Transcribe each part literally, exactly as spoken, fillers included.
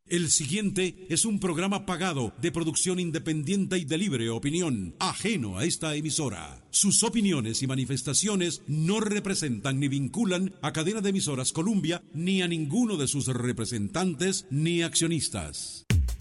El siguiente es un programa pagado de producción independiente y de libre opinión, ajeno a esta emisora. Sus opiniones y manifestaciones no representan ni vinculan a Cadena de Emisoras Columbia, ni a ninguno de sus representantes ni accionistas.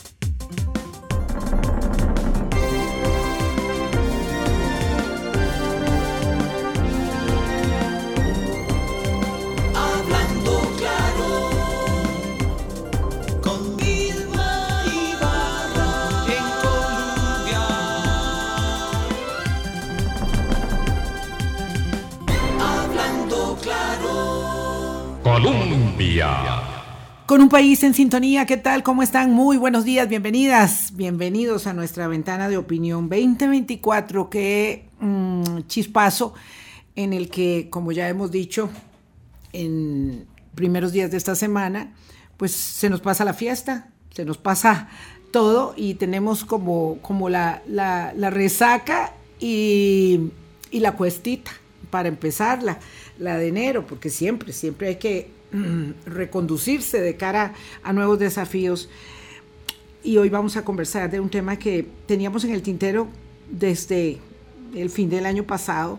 Colombia. Con un país en sintonía, ¿qué tal? ¿Cómo están? Muy buenos días, bienvenidas, bienvenidos a nuestra ventana de opinión veinte veinticuatro, qué mmm, chispazo en el que, como ya hemos dicho, en primeros días de esta semana, pues se nos pasa la fiesta, se nos pasa todo y tenemos como, como la, la, la resaca y, y la cuestita para empezarla. La de enero, porque siempre, siempre hay que mm, reconducirse de cara a nuevos desafíos. Y hoy vamos a conversar de un tema que teníamos en el tintero desde el fin del año pasado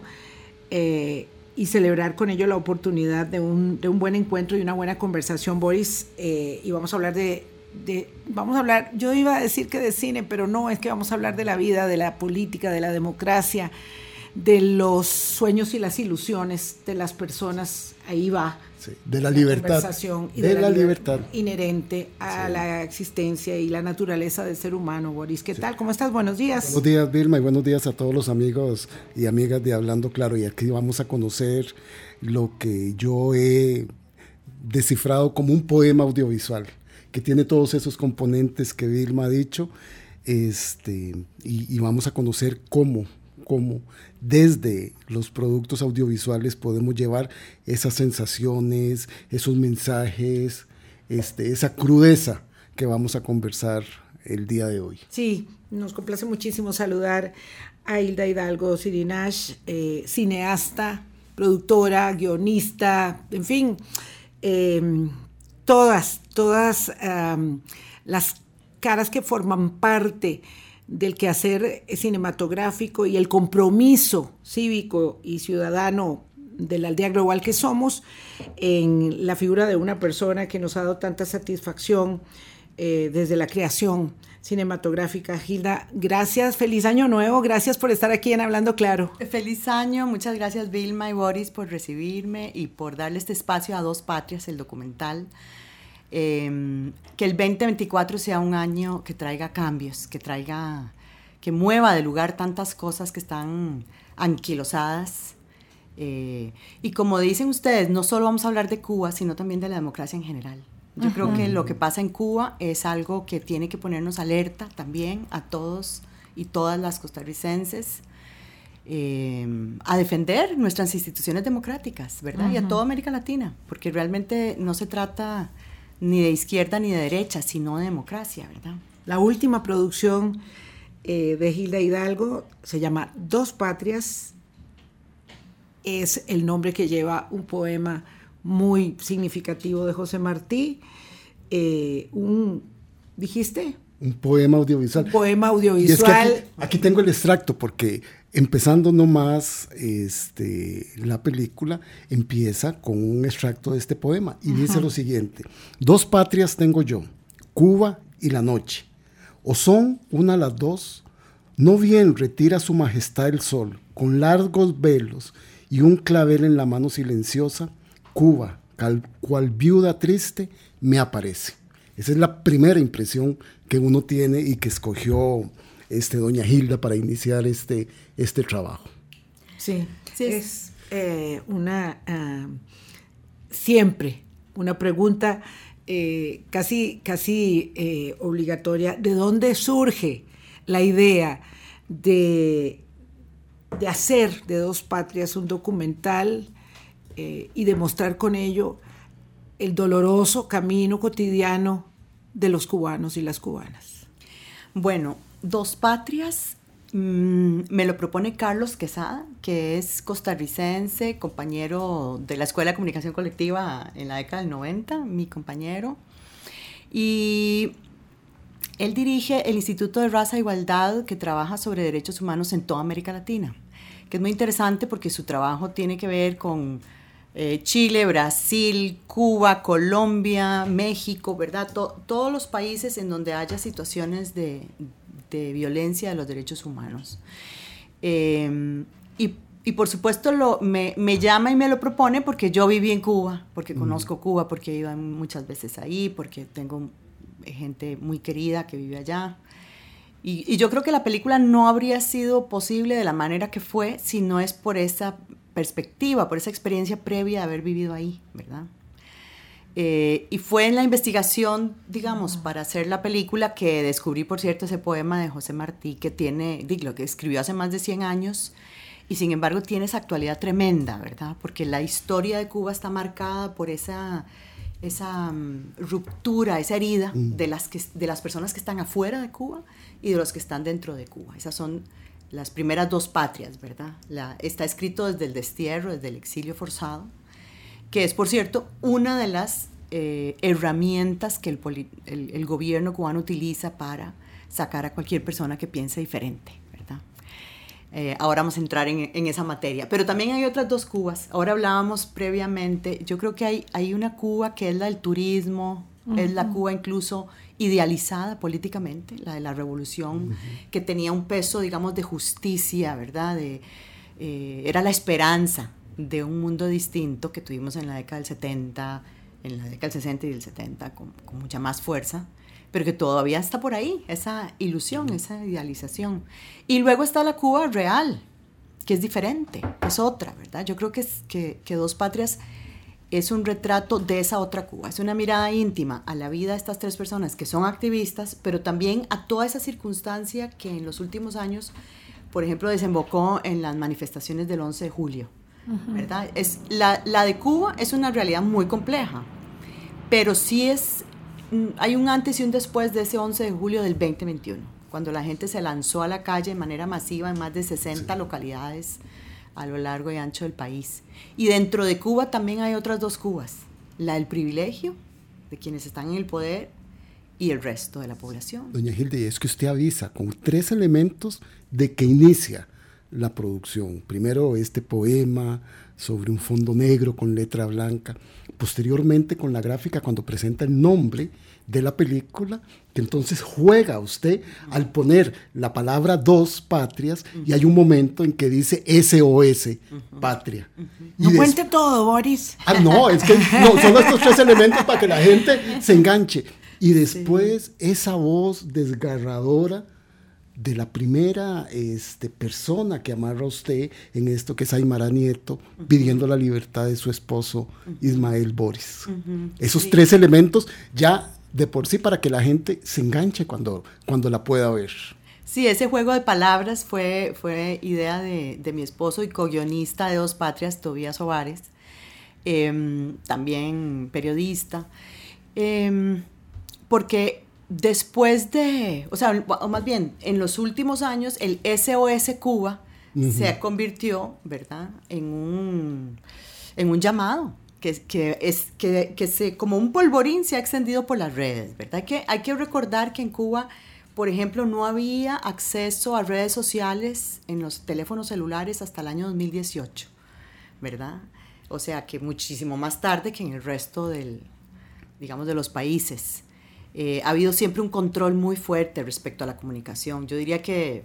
eh, y celebrar con ello la oportunidad de un, de un buen encuentro y una buena conversación, Boris. Eh, y vamos a hablar de, de, vamos a hablar, yo iba a decir que de cine, pero no, es que vamos a hablar de la vida, de la política, de la democracia, de los sueños y las ilusiones de las personas, ahí va, sí, de la, la libertad, conversación y de, de la, la libertad, libertad inherente a sí. la existencia y la naturaleza del ser humano. Boris, ¿qué sí. tal? ¿Cómo estás? Buenos días. Buenos días, Vilma, y buenos días a todos los amigos y amigas de Hablando Claro. Y aquí vamos a conocer lo que yo he descifrado como un poema audiovisual, que tiene todos esos componentes que Vilma ha dicho, este, y, y vamos a conocer cómo cómo desde los productos audiovisuales podemos llevar esas sensaciones, esos mensajes, este, esa crudeza que vamos a conversar el día de hoy. Sí, nos complace muchísimo saludar a Hilda Hidalgo Sirinash, eh, cineasta, productora, guionista, en fin, eh, todas, todas um, las caras que forman parte del quehacer cinematográfico y el compromiso cívico y ciudadano de la aldea global que somos, en la figura de una persona que nos ha dado tanta satisfacción eh, desde la creación cinematográfica. Hilda, gracias, feliz año nuevo, gracias por estar aquí en Hablando Claro. Feliz año, muchas gracias Vilma y Boris por recibirme y por darle este espacio a Dos Patrias, el documental. Eh, que el veinte veinticuatro sea un año que traiga cambios, que traiga, que mueva de lugar tantas cosas que están anquilosadas. Eh, y como dicen ustedes, no solo vamos a hablar de Cuba, sino también de la democracia en general. Yo uh-huh. creo que lo que pasa en Cuba es algo que tiene que ponernos alerta también a todos y todas las costarricenses, eh, a defender nuestras instituciones democráticas, ¿verdad? Uh-huh. Y a toda América Latina, porque realmente no se trata ni de izquierda ni de derecha, sino de democracia, ¿verdad? La última producción eh, de Hilda Hidalgo se llama Dos Patrias, es el nombre que lleva un poema muy significativo de José Martí, eh, un, ¿dijiste? Un poema audiovisual. Un poema audiovisual. Y es que aquí, aquí tengo el extracto, porque empezando nomás este, la película, empieza con un extracto de este poema y uh-huh. dice lo siguiente: dos patrias tengo yo, Cuba y la noche. O son una las dos, no bien retira su majestad el sol, con largos velos y un clavel en la mano silenciosa, Cuba, cal, cual viuda triste, me aparece. Esa es la primera impresión que uno tiene y que escogió este, doña Hilda para iniciar este, este trabajo. Sí, sí. es eh, una uh, siempre una pregunta eh, casi, casi eh, obligatoria. ¿De dónde surge la idea de, de hacer de Dos Patrias un documental eh, y demostrar con ello el doloroso camino cotidiano de los cubanos y las cubanas? Bueno, Dos Patrias mmm, me lo propone Carlos Quesada, que es costarricense, compañero de la Escuela de Comunicación Colectiva en la década del noventa, mi compañero. Y él dirige el Instituto de Raza e Igualdad, que trabaja sobre derechos humanos en toda América Latina, que es muy interesante porque su trabajo tiene que ver con eh, Chile, Brasil, Cuba, Colombia, México, ¿verdad? To- todos los países en donde haya situaciones de, de violencia de los derechos humanos. Eh, y, y por supuesto lo, me, me llama y me lo propone porque yo viví en Cuba, porque mm. conozco Cuba, porque he ido muchas veces ahí, porque tengo gente muy querida que vive allá. Y, y yo creo que la película no habría sido posible de la manera que fue si no es por esa perspectiva, por esa experiencia previa de haber vivido ahí, ¿verdad? Eh, y fue en la investigación, digamos, para hacer la película que descubrí, por cierto, ese poema de José Martí que tiene, lo que escribió hace más de cien años y sin embargo tiene esa actualidad tremenda, ¿verdad? Porque la historia de Cuba está marcada por esa, esa um, ruptura, esa herida mm. de, las que, de las personas que están afuera de Cuba y de los que están dentro de Cuba. Esas son las primeras dos patrias, ¿verdad? La, está escrito desde el destierro, desde el exilio forzado, que es, por cierto, una de las eh, herramientas que el, poli- el, el gobierno cubano utiliza para sacar a cualquier persona que piense diferente, ¿verdad? Eh, ahora vamos a entrar en, en esa materia. Pero también hay otras dos Cubas. Ahora hablábamos previamente, yo creo que hay, hay una Cuba que es la del turismo, uh-huh. es la Cuba incluso idealizada políticamente, la de la revolución, uh-huh. que tenía un peso, digamos, de justicia, ¿verdad? De, eh, era la esperanza de un mundo distinto que tuvimos en la década del setenta, en la década del sesenta y del setenta, con, con mucha más fuerza, pero que todavía está por ahí, esa ilusión, esa idealización. Y luego está la Cuba real, que es diferente, es otra, ¿verdad? Yo creo que, es, que, que Dos Patrias es un retrato de esa otra Cuba, es una mirada íntima a la vida de estas tres personas que son activistas, pero también a toda esa circunstancia que en los últimos años, por ejemplo, desembocó en las manifestaciones del once de julio, uh-huh. ¿verdad? Es, la, la de Cuba es una realidad muy compleja, pero sí es, hay un antes y un después de ese once de julio del veinte veintiuno, cuando la gente se lanzó a la calle de manera masiva en más de sesenta sí. localidades a lo largo y ancho del país. Y dentro de Cuba también hay otras dos Cubas, la del privilegio, de quienes están en el poder, y el resto de la población. Doña Hilde, es que usted avisa con tres elementos de que inicia la producción. Primero este poema sobre un fondo negro con letra blanca, posteriormente con la gráfica cuando presenta el nombre de la película, que entonces juega usted uh-huh. al poner la palabra Dos Patrias uh-huh. y hay un momento en que dice S O S, uh-huh. patria. Uh-huh. No des- cuente todo, Boris. Ah, no, es que no, son estos tres elementos para que la gente se enganche. Y después sí. esa voz desgarradora de la primera este, persona que amarra a usted en esto, que es Aymara Nieto, uh-huh. pidiendo la libertad de su esposo uh-huh. Ismael Boris. Uh-huh. Esos sí. tres elementos ya de por sí para que la gente se enganche cuando, cuando la pueda ver. Sí, ese juego de palabras fue, fue idea de, de mi esposo y co-guionista de Dos Patrias, Tobías Ovares, eh, también periodista, eh, porque después de, o sea, o más bien, en los últimos años, el S O S Cuba uh-huh. se convirtió, ¿verdad?, en un, en un llamado. Que, que es que, que se, como un polvorín se ha extendido por las redes, ¿verdad? Que hay que recordar que en Cuba, por ejemplo, no había acceso a redes sociales en los teléfonos celulares hasta el año dos mil dieciocho, ¿verdad? O sea, que muchísimo más tarde que en el resto del, digamos, de los países. Eh, ha habido siempre un control muy fuerte respecto a la comunicación. Yo diría que,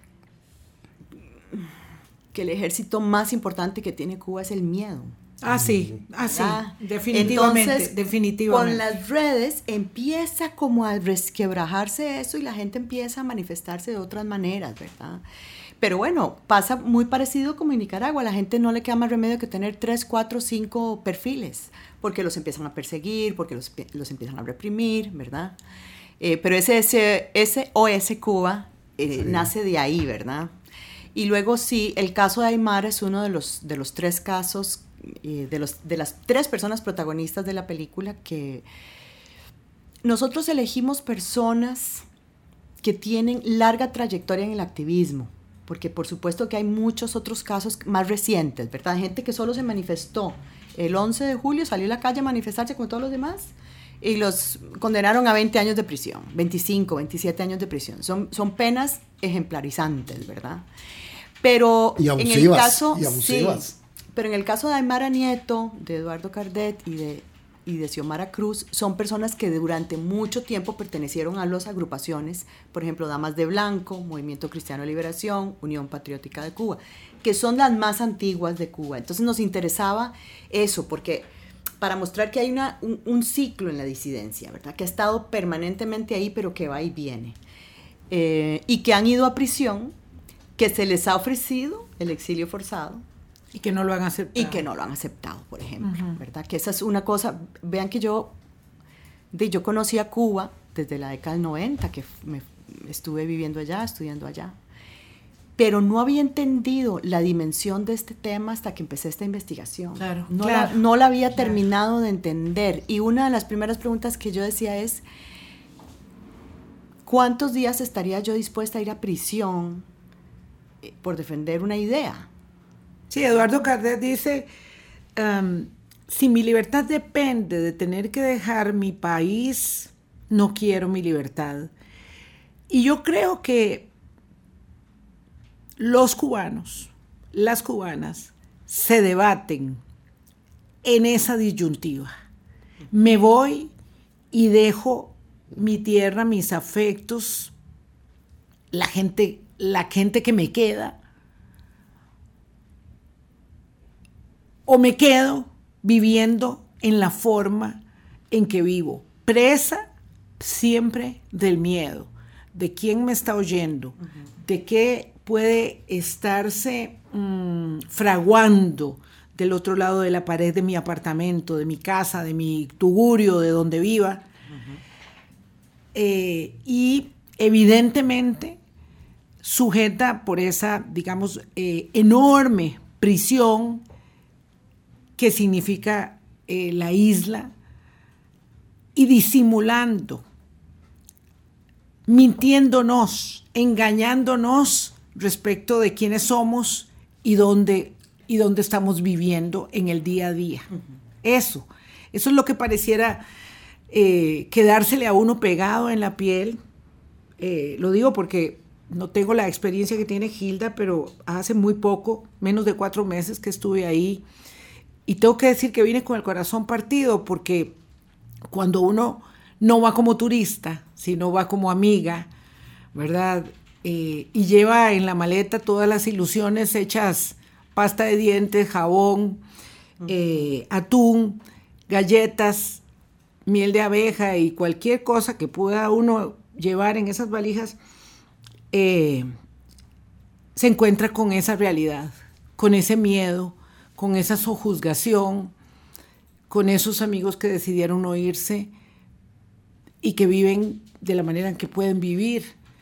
que el ejército más importante que tiene Cuba es el miedo. Ah, sí, ah, sí, definitivamente, Entonces, definitivamente. Con las redes empieza como a resquebrajarse eso y la gente empieza a manifestarse de otras maneras, ¿verdad? Pero bueno, pasa muy parecido como en Nicaragua, a la gente no le queda más remedio que tener tres, cuatro, cinco perfiles, porque los empiezan a perseguir, porque los, los empiezan a reprimir, ¿verdad? Eh, pero ese, ese, ese O S Cuba eh, sí. nace de ahí, ¿verdad? Y luego sí, el caso de Aymara es uno de los, de los tres casos De, los, de las tres personas protagonistas de la película, que nosotros elegimos personas que tienen larga trayectoria en el activismo, porque por supuesto que hay muchos otros casos más recientes, ¿verdad? Gente que solo se manifestó el once de julio, salió a la calle a manifestarse como todos los demás, y los condenaron a veinte años de prisión, veinticinco, veintisiete años de prisión. Son, son penas ejemplarizantes, ¿verdad? Pero y abusivas, en el caso, y abusivas. Sí, pero en el caso de Aymara Nieto, de Eduardo Cardet y de, y de Xiomara Cruz, son personas que durante mucho tiempo pertenecieron a las agrupaciones, por ejemplo, Damas de Blanco, Movimiento Cristiano de Liberación, Unión Patriótica de Cuba, que son las más antiguas de Cuba. Entonces nos interesaba eso, porque para mostrar que hay una, un, un ciclo en la disidencia, ¿verdad? Que ha estado permanentemente ahí, pero que va y viene. Eh, y que han ido a prisión, que se les ha ofrecido el exilio forzado. Y que no lo han aceptado. Y que no lo han aceptado, por ejemplo, uh-huh. ¿verdad? Que esa es una cosa, vean que yo, de, yo conocí a Cuba desde la década del noventa, que me, estuve viviendo allá, estudiando allá. Pero no había entendido la dimensión de este tema hasta que empecé esta investigación. Claro, no, claro, la, no la había claro. terminado de entender. Y una de las primeras preguntas que yo decía es, ¿cuántos días estaría yo dispuesta a ir a prisión por defender una idea? Sí, Eduardo Cardet dice, um, si mi libertad depende de tener que dejar mi país, no quiero mi libertad. Y yo creo que los cubanos, las cubanas, se debaten en esa disyuntiva. Me voy y dejo mi tierra, mis afectos, la gente, la gente que me queda, o me quedo viviendo en la forma en que vivo, presa siempre del miedo, de quién me está oyendo, uh-huh. de qué puede estarse mmm, fraguando del otro lado de la pared de mi apartamento, de mi casa, de mi tugurio, de donde viva. Uh-huh. Eh, y evidentemente sujeta por esa, digamos, eh, enorme prisión que significa eh, la isla, y disimulando, mintiéndonos, engañándonos respecto de quiénes somos y dónde, y dónde estamos viviendo en el día a día. Uh-huh. Eso, eso es lo que pareciera eh, quedársele a uno pegado en la piel. Eh, lo digo porque no tengo la experiencia que tiene Gilda, pero hace muy poco, menos de cuatro meses que estuve ahí, y tengo que decir que vine con el corazón partido, porque cuando uno no va como turista, sino va como amiga, ¿verdad? Eh, y lleva en la maleta todas las ilusiones hechas, pasta de dientes, jabón, eh, atún, galletas, miel de abeja y cualquier cosa que pueda uno llevar en esas valijas, eh, se encuentra con esa realidad, con ese miedo, con esa sojuzgación, con esos amigos que decidieron no irse y que viven de la manera en que pueden vivir.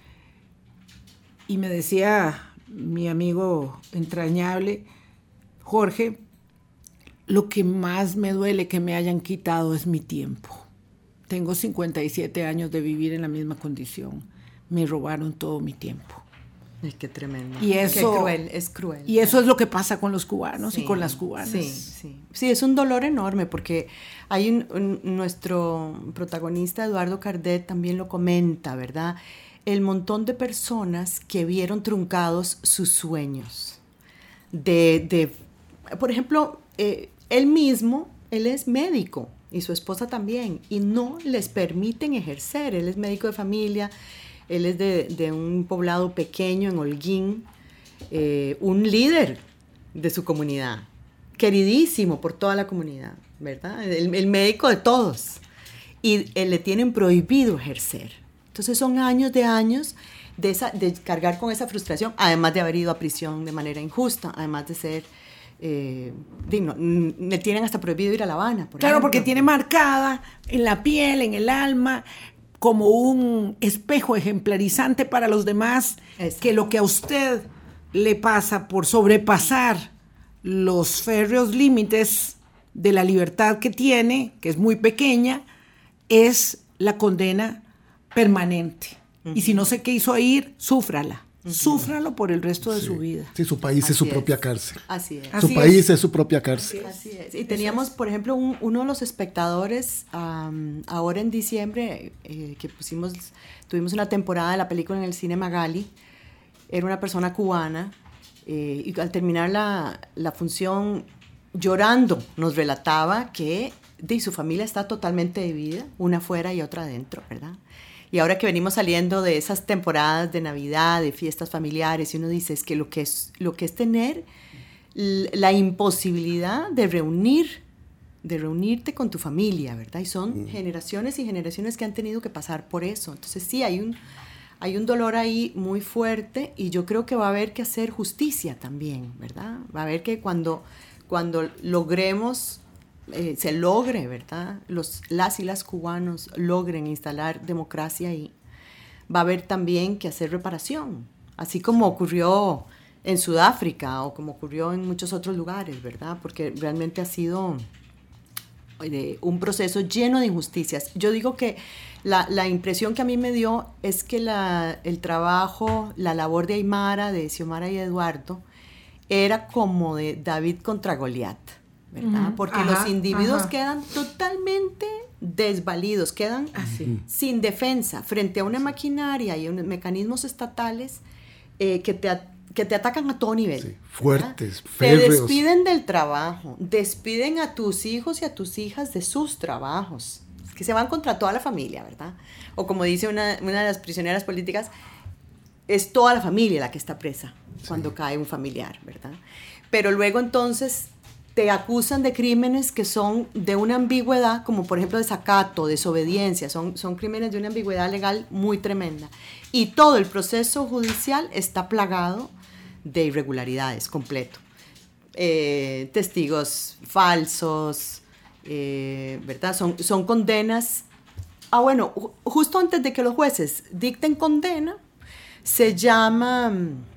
Y me decía mi amigo entrañable, Jorge, lo que más me duele que me hayan quitado es mi tiempo. Tengo cincuenta y siete años de vivir en la misma condición. Me robaron todo mi tiempo. Ay, qué tremendo. Y eso, qué cruel, es cruel. Y eso es lo que pasa con los cubanos sí, y con las cubanas. Sí, sí. Sí, es un dolor enorme porque hay un, un, nuestro protagonista Eduardo Cardet también lo comenta, ¿verdad? El montón de personas que vieron truncados sus sueños. De, de por ejemplo, eh, él mismo, él es médico y su esposa también, y no les permiten ejercer. Él es médico de familia. Él es de, de un poblado pequeño en Holguín, eh, un líder de su comunidad, queridísimo por toda la comunidad, ¿verdad? El, el médico de todos. Y eh, le tienen prohibido ejercer. Entonces son años de años de, esa, de cargar con esa frustración, además de haber ido a prisión de manera injusta, además de ser... Eh, digno, le tienen hasta prohibido ir a La Habana. Por claro, ejemplo. Porque tiene marcada en la piel, en el alma, como un espejo ejemplarizante para los demás, Exacto. que lo que a usted le pasa por sobrepasar los férreos límites de la libertad que tiene, que es muy pequeña, es la condena permanente. Uh-huh. Y si no se quiso ir, súfrala. uh-huh. súfralo por el resto de sí. su vida. Sí, su país Así es su es. propia cárcel. Así es. Su Así país es. es su propia cárcel. Así es. Y teníamos, por ejemplo, un, uno de los espectadores, um, ahora en diciembre, eh, que pusimos, tuvimos una temporada de la película en el Cine Magali, era una persona cubana, eh, y al terminar la, la función, llorando, nos relataba que de, su familia está totalmente dividida, una afuera y otra adentro, ¿verdad? Y ahora que venimos saliendo de esas temporadas de Navidad, de fiestas familiares, y uno dice, es que lo que es, lo que es tener la imposibilidad de reunir, de reunirte con tu familia, ¿verdad? Y son mm. generaciones y generaciones que han tenido que pasar por eso. Entonces sí, hay un, hay un dolor ahí muy fuerte, y yo creo que va a haber que hacer justicia también, ¿verdad? Va a haber que cuando, cuando logremos... Eh, se logre, ¿verdad? Los, las y las cubanos logren instalar democracia ahí, va a haber también que hacer reparación, así como ocurrió en Sudáfrica o como ocurrió en muchos otros lugares, ¿verdad? Porque realmente ha sido eh, un proceso lleno de injusticias. Yo digo que la, la impresión que a mí me dio es que la, el trabajo, la labor de Aymara, de Xiomara y Eduardo, era como de David contra Goliat, ¿verdad? Porque ajá, los individuos ajá. quedan totalmente desvalidos, quedan así. sin defensa frente a una maquinaria y unos mecanismos estatales eh, que, te, que te atacan a todo nivel. Sí, fuertes, ¿verdad? férreos. Te despiden del trabajo, despiden a tus hijos y a tus hijas de sus trabajos, que se van contra toda la familia, ¿verdad? O como dice una, una de las prisioneras políticas, es toda la familia la que está presa sí. cuando cae un familiar, ¿verdad? Pero luego entonces... te acusan de crímenes que son de una ambigüedad, como por ejemplo desacato, desobediencia, son, son crímenes de una ambigüedad legal muy tremenda. Y todo el proceso judicial está plagado de irregularidades, completo. Eh, testigos falsos, eh, ¿verdad? Son, son condenas. Ah, bueno, justo antes de que los jueces dicten condena, se llama...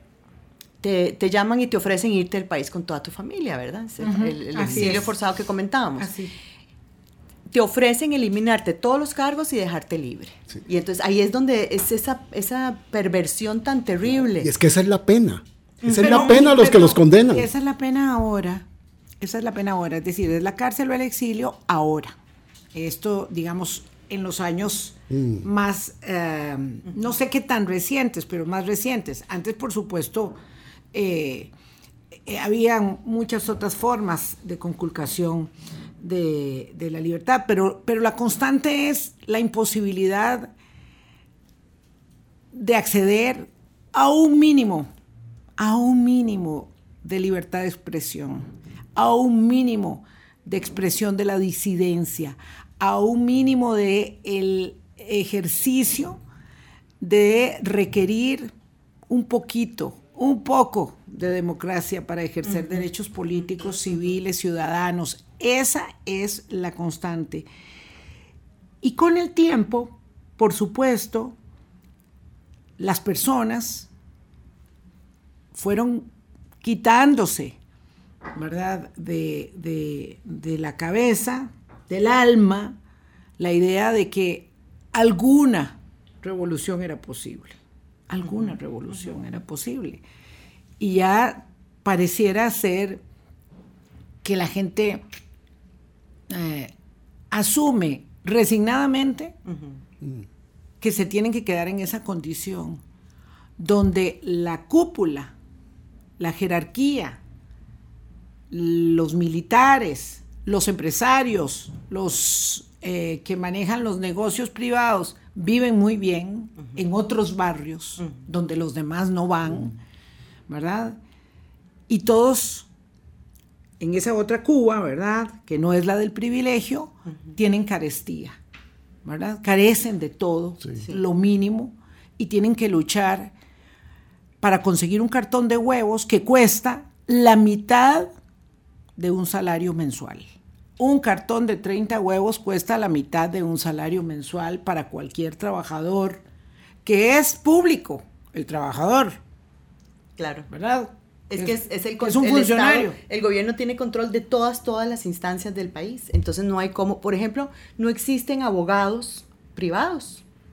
Te, te llaman y te ofrecen irte del país con toda tu familia, ¿verdad? Es el, uh-huh. el, el exilio forzado que comentábamos. Así. Te ofrecen eliminarte todos los cargos y dejarte libre. Sí. Y entonces ahí es donde es esa, esa perversión tan terrible. Y es que esa es la pena. Esa pero, es la pena a los que los condenan. Esa es la pena ahora. Esa es la pena ahora. Es decir, es la cárcel o el exilio ahora. Esto, digamos, en los años mm. más, eh, no sé qué tan recientes, pero más recientes. Antes, por supuesto... Eh, eh, había muchas otras formas de conculcación de, de la libertad, pero, pero la constante es la imposibilidad de acceder a un mínimo, a un mínimo de libertad de expresión, a un mínimo de expresión de la disidencia, a un mínimo de el ejercicio de requerir un poquito un poco de democracia para ejercer uh-huh. derechos políticos, civiles, ciudadanos. Esa es la constante. Y con el tiempo, por supuesto, las personas fueron quitándose, ¿verdad?, de, de, de la cabeza, del alma, la idea de que alguna revolución era posible. Alguna revolución era posible. Y ya pareciera ser que la gente eh, asume resignadamente uh-huh. que se tienen que quedar en esa condición, donde la cúpula, la jerarquía, los militares, los empresarios, los eh, que manejan los negocios privados, viven muy bien uh-huh. en otros barrios uh-huh. donde los demás no van, uh-huh. ¿verdad? Y todos en esa otra Cuba, ¿verdad?, que no es la del privilegio, uh-huh. tienen carestía, ¿verdad? Carecen de todo, sí. lo mínimo, y tienen que luchar para conseguir un cartón de huevos que cuesta la mitad de un salario mensual. Un cartón de treinta huevos cuesta la mitad de un salario mensual para cualquier trabajador que es público, el trabajador. Claro. ¿Verdad? Es, es que es, es, el, es un el funcionario. Estado, el gobierno tiene control de todas, todas las instancias del país. Entonces no hay como, por ejemplo, no existen abogados privados.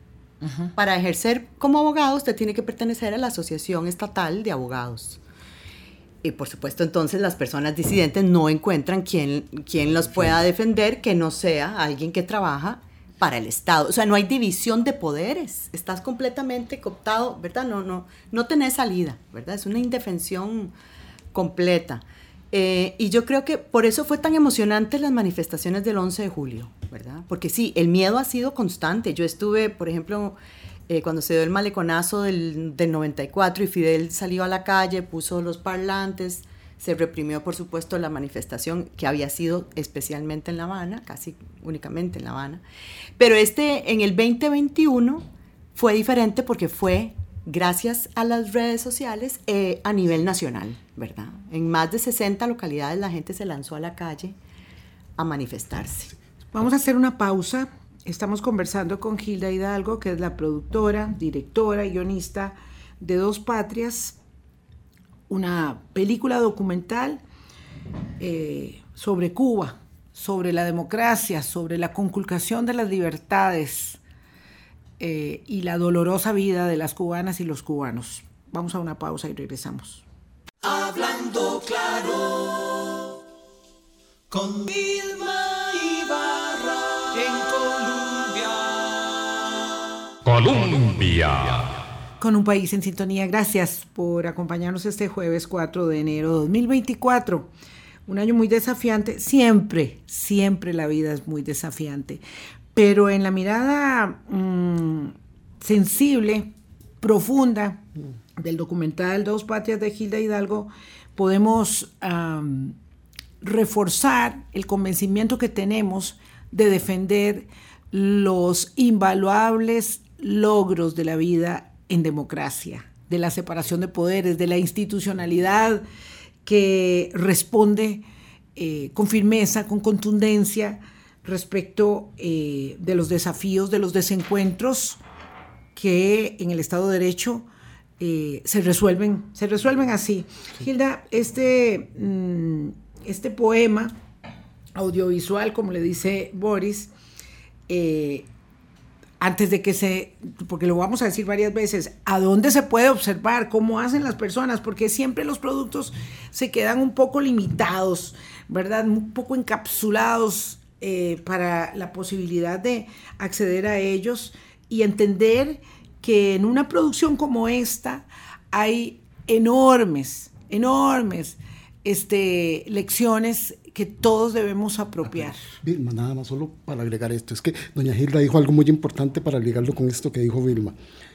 Uh-huh. Para ejercer como abogado, usted tiene que pertenecer a la Asociación Estatal de Abogados. Y por supuesto, entonces las personas disidentes no encuentran quien, quien los pueda defender que no sea alguien que trabaja para el Estado. O sea, no hay división de poderes. Estás completamente cooptado, ¿verdad? No, no, no tenés salida, ¿verdad? Es una indefensión completa. Eh, y yo creo que por eso fue tan emocionante las manifestaciones del once de julio, ¿verdad? Porque sí, el miedo ha sido constante. Yo estuve, por ejemplo, eh, cuando se dio el maleconazo del, del noventa y cuatro y Fidel salió a la calle, puso los parlantes, se reprimió, por supuesto, la manifestación que había sido especialmente en La Habana, casi únicamente en La Habana. Pero este, en el veinte veintiuno, fue diferente porque fue gracias a las redes sociales eh, a nivel nacional, ¿verdad? En más de sesenta localidades la gente se lanzó a la calle a manifestarse. Vamos a hacer una pausa. Estamos conversando con Gilda Hidalgo, que es la productora, directora y guionista de Dos Patrias, una película documental eh, sobre Cuba, sobre la democracia, sobre la conculcación de las libertades eh, y la dolorosa vida de las cubanas y los cubanos. Vamos a una pausa y regresamos. Hablando claro, con Vilma Ibarra en Colombia. Colombia. Con un país en sintonía, gracias por acompañarnos este jueves cuatro de enero de dos mil veinticuatro. Un año muy desafiante, siempre, siempre la vida es muy desafiante. Pero en la mirada mmm, sensible, profunda del documental Dos Patrias de Gilda Hidalgo, podemos um, reforzar el convencimiento que tenemos de defender los invaluables logros de la vida en democracia, de la separación de poderes, de la institucionalidad que responde eh, con firmeza, con contundencia respecto eh, de los desafíos, de los desencuentros que en el Estado de Derecho eh, se resuelven, se resuelven así. Sí. Gilda, este, mm, este poema audiovisual, como le dice Boris, eh, antes de que se, porque lo vamos a decir varias veces, ¿a dónde se puede observar? ¿Cómo hacen las personas? Porque siempre los productos se quedan un poco limitados, ¿verdad? Un poco encapsulados eh, para la posibilidad de acceder a ellos y entender que en una producción como esta hay enormes, enormes este, lecciones que todos debemos apropiar. Vilma, nada más solo para agregar esto, es que doña Gilda dijo algo muy importante para ligarlo con esto que dijo Vilma.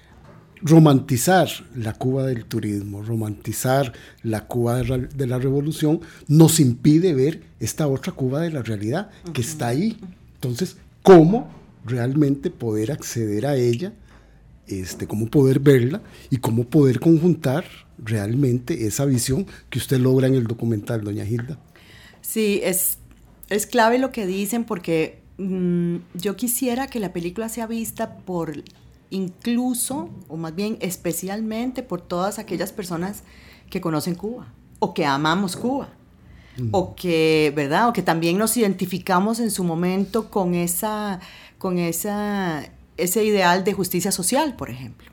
Romantizar la Cuba del turismo, romantizar la Cuba de la, de la revolución, nos impide ver esta otra Cuba de la realidad uh-huh. que está ahí. Entonces, ¿cómo realmente poder acceder a ella? Este, cómo poder verla y cómo poder conjuntar realmente esa visión que usted logra en el documental, doña Gilda. Sí, es, es clave lo que dicen porque mmm, yo quisiera que la película sea vista por incluso, o más bien especialmente por todas aquellas personas que conocen Cuba o que amamos Cuba mm. o que, ¿verdad? O que también nos identificamos en su momento con esa, con esa, ese ideal de justicia social, por ejemplo.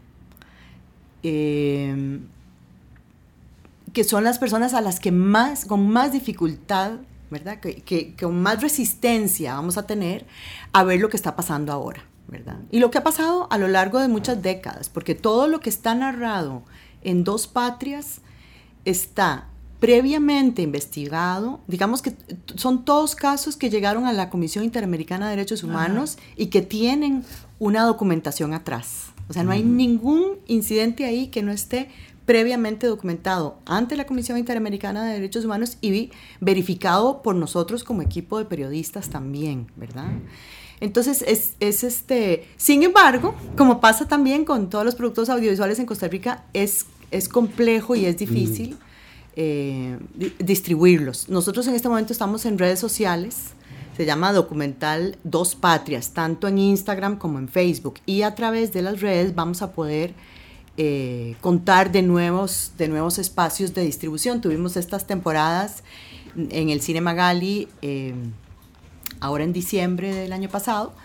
Eh, que son las personas a las que más, con más dificultad, ¿verdad? Que, que, que con más resistencia vamos a tener a ver lo que está pasando ahora, ¿verdad? Y lo que ha pasado a lo largo de muchas décadas, porque todo lo que está narrado en Dos Patrias está previamente investigado, digamos que son todos casos que llegaron a la Comisión Interamericana de Derechos Humanos Ajá. y que tienen una documentación atrás. O sea, no hay ningún incidente ahí que no esté previamente documentado ante la Comisión Interamericana de Derechos Humanos y verificado por nosotros como equipo de periodistas también, ¿verdad? Entonces, es, es este... Sin embargo, como pasa también con todos los productos audiovisuales en Costa Rica, es, es complejo y es difícil mm. eh, distribuirlos. Nosotros en este momento estamos en redes sociales, se llama Documental Dos Patrias, tanto en Instagram como en Facebook, y a través de las redes vamos a poder Eh, contar de nuevos, de nuevos espacios de distribución. Tuvimos estas temporadas en el Cine Magali, eh, ahora en diciembre del año pasado,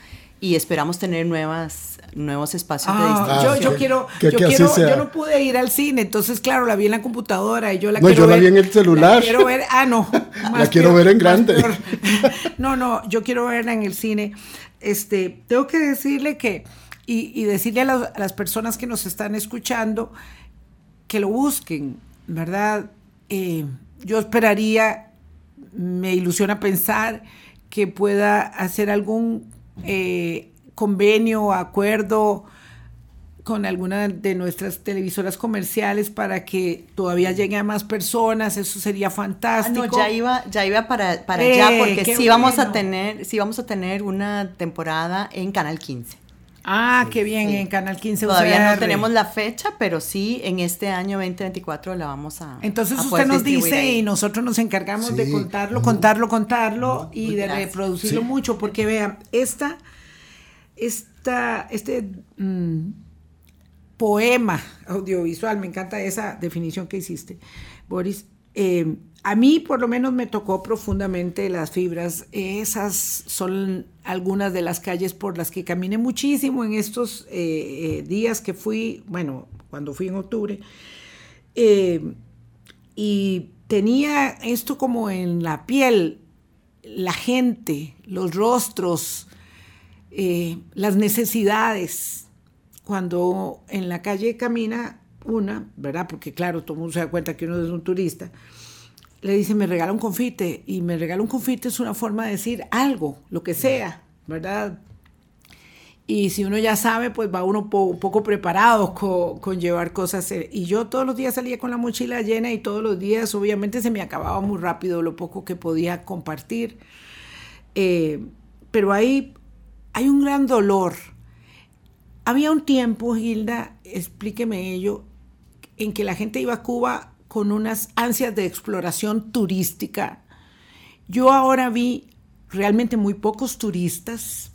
y esperamos tener nuevas, nuevos espacios Ah, de distribución. yo, yo que- quiero, que- yo que así quiero, sea. yo no pude ir al cine, entonces claro, la vi en la computadora y yo la No, quiero yo la ver. vi en el celular. La quiero ver, ah no, La quiero ver en más grande. peor. No, no, yo quiero verla en el cine. Este, tengo que decirle que y, y decirle a, las- a las personas que nos están escuchando que lo busquen, ¿verdad? Eh, yo esperaría, me ilusiona pensar que pueda hacer algún eh, convenio o acuerdo con alguna de nuestras televisoras comerciales para que todavía llegue a más personas, eso sería Ah, fantástico. no, ya iba, ya iba para, para Eh, allá, porque qué sí vamos bueno. a tener, sí vamos a tener una temporada en Canal quince. Ah, qué bien, Sí. en Canal quince Todavía U C R. no tenemos la fecha, pero sí en este año veinte veinticuatro la vamos a Entonces a usted poder nos distribuir dice ahí. y nosotros nos encargamos Sí. de contarlo, Ujú. contarlo, contarlo y Muy de gracias. reproducirlo Sí. mucho, porque vean, esta, esta, este mm, poema audiovisual, me encanta esa definición que hiciste, Boris. eh, a mí por lo menos me tocó profundamente las fibras. Esas son algunas de las calles por las que caminé muchísimo en estos eh, eh, días que fui, bueno, cuando fui en octubre. Eh, y tenía esto como en la piel, la gente, los rostros, eh, las necesidades. Cuando en la calle camina una, ¿verdad? Porque claro, todo el mundo se da cuenta que uno es un turista, le dice, me regala un confite, y me regala un confite es una forma de decir algo, lo que sea, ¿verdad? Y si uno ya sabe, pues va uno po- un poco preparado con, con llevar cosas. eh, Y yo todos los días salía con la mochila llena y todos los días obviamente se me acababa muy rápido lo poco que podía compartir. Eh, pero hay, hay un gran dolor. Había un tiempo, Gilda, explíqueme ello, en que la gente iba a Cuba con unas ansias de exploración turística. Yo ahora vi realmente muy pocos turistas.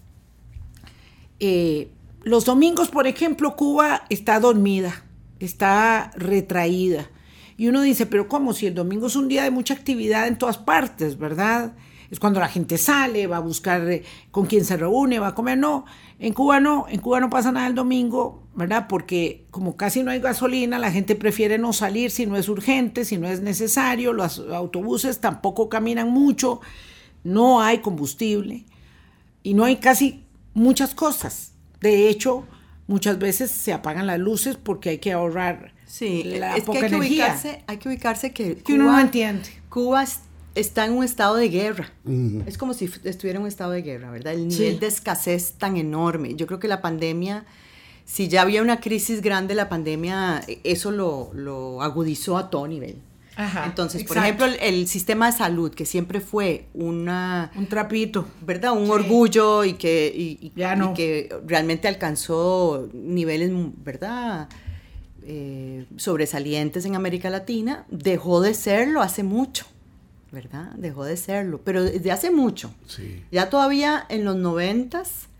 Eh, los domingos, por ejemplo, Cuba está dormida, está retraída. Y uno dice, pero ¿cómo? Si el domingo es un día de mucha actividad en todas partes, ¿verdad? Es cuando la gente sale, va a buscar eh, con quién se reúne, va a comer. No, en Cuba no, en Cuba no pasa nada el domingo, ¿verdad? Porque como casi no hay gasolina, la gente prefiere no salir si no es urgente, si no es necesario. Los autobuses tampoco caminan mucho, no hay combustible y no hay casi muchas cosas. De hecho, muchas veces se apagan las luces porque hay que ahorrar Sí, la es que poca hay que energía. ubicarse, hay que ubicarse que, Que uno no entiende. Cuba es- está en un estado de guerra. Ujú. Es como si f- estuviera en un estado de guerra, ¿verdad? El Sí. nivel de escasez tan enorme. Yo creo que la pandemia, si ya había una crisis grande, la pandemia, eh, eso lo, lo agudizó a todo nivel. Ajá, Entonces, por exacto. ejemplo, el, el sistema de salud, que siempre fue una, Un trapito. ¿verdad? Un Sí. orgullo y que, y, y- Ya y no. que realmente alcanzó niveles, ¿verdad? Eh, sobresalientes en América Latina, dejó de serlo hace mucho, ¿verdad? Dejó de serlo, pero desde hace mucho. Sí. Ya todavía en los noventas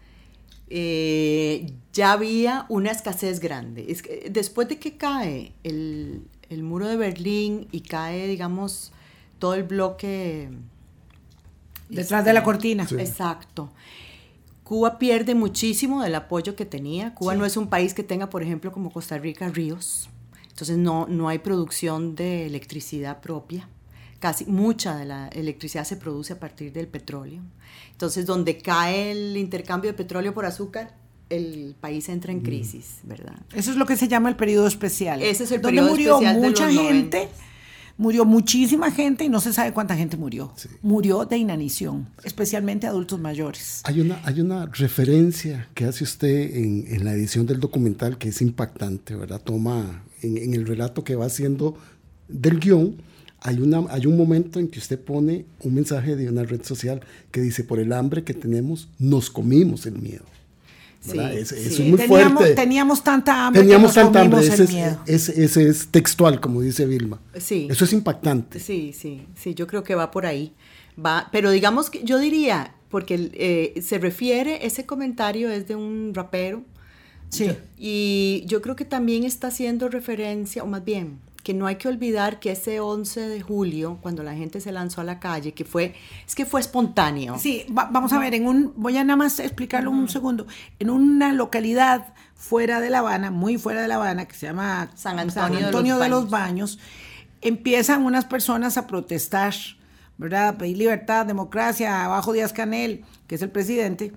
eh, ya había una escasez grande. Es que después de que cae el, el muro de Berlín y cae, digamos, todo el bloque... Detrás de la cortina. Sí. Exacto. Cuba pierde muchísimo del apoyo que tenía. Cuba Sí. no es un país que tenga, por ejemplo, como Costa Rica, ríos. Entonces no, no hay producción de electricidad propia. Casi mucha de la electricidad se produce a partir del petróleo. Entonces, donde cae el intercambio de petróleo por azúcar, el país entra en crisis, ¿verdad? Eso es lo que se llama el periodo especial. Ese es el donde periodo murió especial de mucha los gente, noventas. murió muchísima gente y no se sabe cuánta gente murió. Sí. Murió de inanición, especialmente adultos mayores. Hay una, hay una referencia que hace usted en, en la edición del documental que es impactante, ¿verdad? Toma, en, en el relato que va haciendo del guión, hay, una, hay un momento en que usted pone un mensaje de una red social que dice, por el hambre que tenemos, nos comimos el miedo. ¿Verdad? Sí, Es- sí. Eso es muy teníamos, fuerte. teníamos tanta hambre Teníamos que nos tanta hambre, comimos ese el es, miedo. es- ese es textual, como dice Vilma. Sí. Eso es impactante. Sí, sí, sí, yo creo que va por ahí. Va, pero digamos que yo diría, porque eh, se refiere, ese comentario es de un rapero. Sí. Yo- y yo creo que también está haciendo referencia, o más bien, que no hay que olvidar que ese once de julio, cuando la gente se lanzó a la calle, que fue, es que fue espontáneo. Sí, va, vamos a ver, en un, voy a nada más explicarlo un segundo. En una localidad fuera de La Habana, muy fuera de La Habana, que se llama San Antonio, San Antonio de, los de los Baños, empiezan unas personas a protestar, ¿verdad? A pedir libertad, democracia, abajo Díaz Canel, que es el presidente,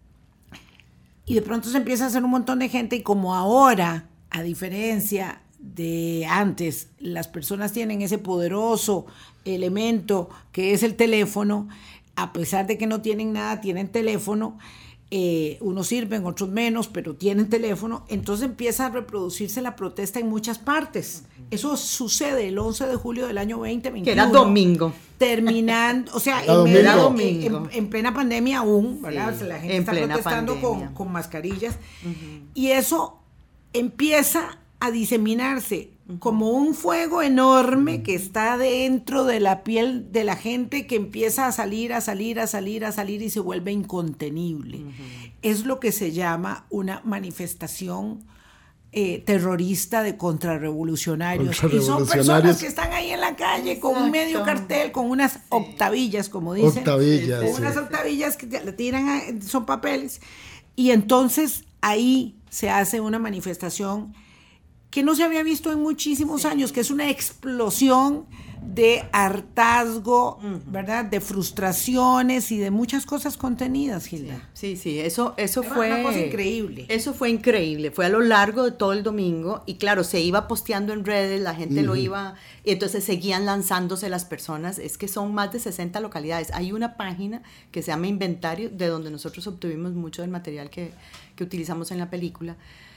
y de pronto se empieza a hacer un montón de gente, y como ahora, a diferencia de antes, las personas tienen ese poderoso elemento que es el teléfono, a pesar de que no tienen nada, tienen teléfono, eh, unos sirven, otros menos, pero tienen teléfono, entonces empieza a reproducirse la protesta en muchas partes. Eso sucede el once de julio del año veinte veintiuno. Que era domingo. Terminando, o sea, Era en, medio, domingo. en, en plena pandemia aún, ¿verdad? Sí, o sea, la gente en está plena protestando con, pandemia. con mascarillas. Uh-huh. Y eso empieza a diseminarse uh-huh. como un fuego enorme uh-huh. que está dentro de la piel de la gente, que empieza a salir, a salir, a salir, a salir y se vuelve incontenible. Uh-huh. Es lo que se llama una manifestación eh, terrorista de contrarrevolucionarios. contrarrevolucionarios. Y son personas que están ahí en la calle con Exacto. un medio cartel, con unas sí. octavillas, como dicen. Octavillas. Con sí. unas octavillas que le tiran, a, son papeles. Y entonces ahí se hace una manifestación que no se había visto en muchísimos sí. años, que es una explosión de hartazgo, uh-huh. ¿verdad? De frustraciones y de muchas cosas contenidas, Gilda. Sí, sí, sí. eso, eso fue... una cosa increíble. Eso fue increíble, fue a lo largo de todo el domingo, y claro, se iba posteando en redes, la gente uh-huh. lo iba, y entonces seguían lanzándose las personas, es que son más de sesenta localidades. Hay una página que se llama Inventario, de donde nosotros obtuvimos mucho del material que, que utilizamos en la película,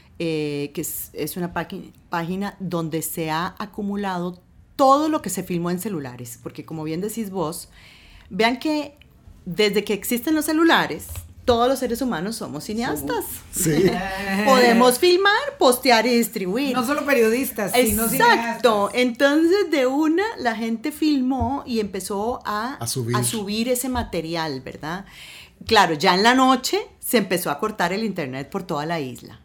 eh, que es, es una página, página donde se ha acumulado todo lo que se filmó en celulares, porque como bien decís vos, vean que desde que existen los celulares, todos los seres humanos somos cineastas. Sí. Podemos filmar, postear y distribuir. No solo periodistas, sino cineastas. Exacto. Entonces, de una, la gente filmó y empezó a, a, subir. a subir ese material, ¿verdad? Claro, ya en la noche se empezó a cortar el internet por toda la isla.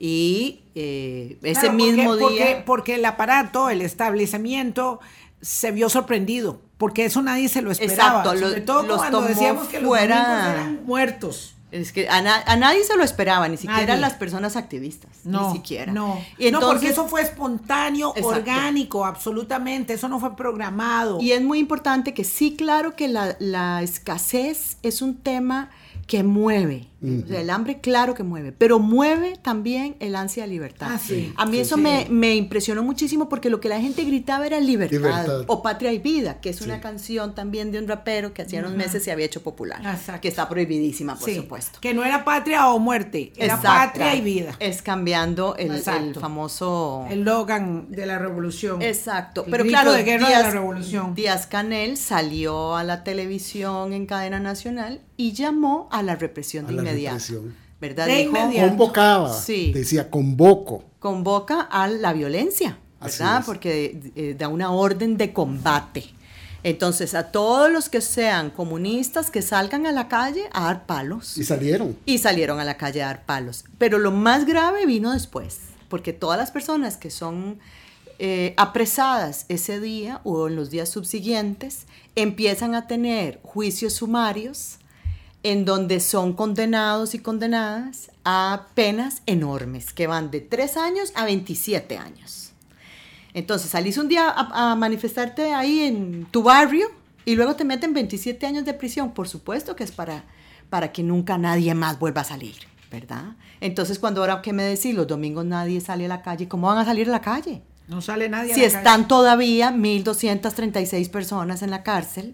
Y eh, ese claro, mismo porque, día... Porque, porque el aparato, el establecimiento se vio sorprendido, porque eso nadie se lo esperaba. Exacto, sobre lo, todo los cuando decíamos que fuera... los domingos eran muertos. Es que a, na- a nadie se lo esperaba, ni siquiera nadie. las personas activistas, no, ni siquiera. No, y entonces, no, porque eso fue espontáneo, exacto. orgánico, absolutamente, eso no fue programado. Y es muy importante que sí, claro que la, la escasez es un tema que mueve, uh-huh. o sea, el hambre claro que mueve, pero mueve también el ansia de libertad. Ah, sí. A mí sí, eso sí. Me, me impresionó muchísimo, porque lo que la gente gritaba era libertad, libertad. o patria y vida, que es sí. una canción también de un rapero que hacía unos uh-huh. meses se había hecho popular, Exacto. que está prohibidísima, por sí. supuesto. Que no era patria o muerte, era Exacto. patria y vida. Es cambiando el, el famoso... El Logan de la revolución. Exacto, el pero grito claro, de guerra Díaz, de la revolución. Díaz Canel salió a la televisión en cadena nacional y llamó a la represión de a la inmediato. Represión. ¿Verdad? De Dijo, inmediato. Convocaba, sí. decía convoco. Convoca a la violencia, ¿verdad? Porque eh, da una orden de combate. Entonces, a todos los que sean comunistas, que salgan a la calle a dar palos. Y salieron. Y salieron a la calle a dar palos. Pero lo más grave vino después, porque todas las personas que son eh, apresadas ese día o en los días subsiguientes empiezan a tener juicios sumarios en donde son condenados y condenadas a penas enormes, que van de tres años a veintisiete años. Entonces, salís un día a, a manifestarte ahí en tu barrio y luego te meten veintisiete años de prisión. Por supuesto que es para, para que nunca nadie más vuelva a salir, ¿verdad? Entonces, cuando ahora, ¿qué me decís? Los domingos nadie sale a la calle. ¿Cómo van a salir a la calle? No sale nadie si a la están calle. todavía mil doscientas treinta y seis personas en la cárcel,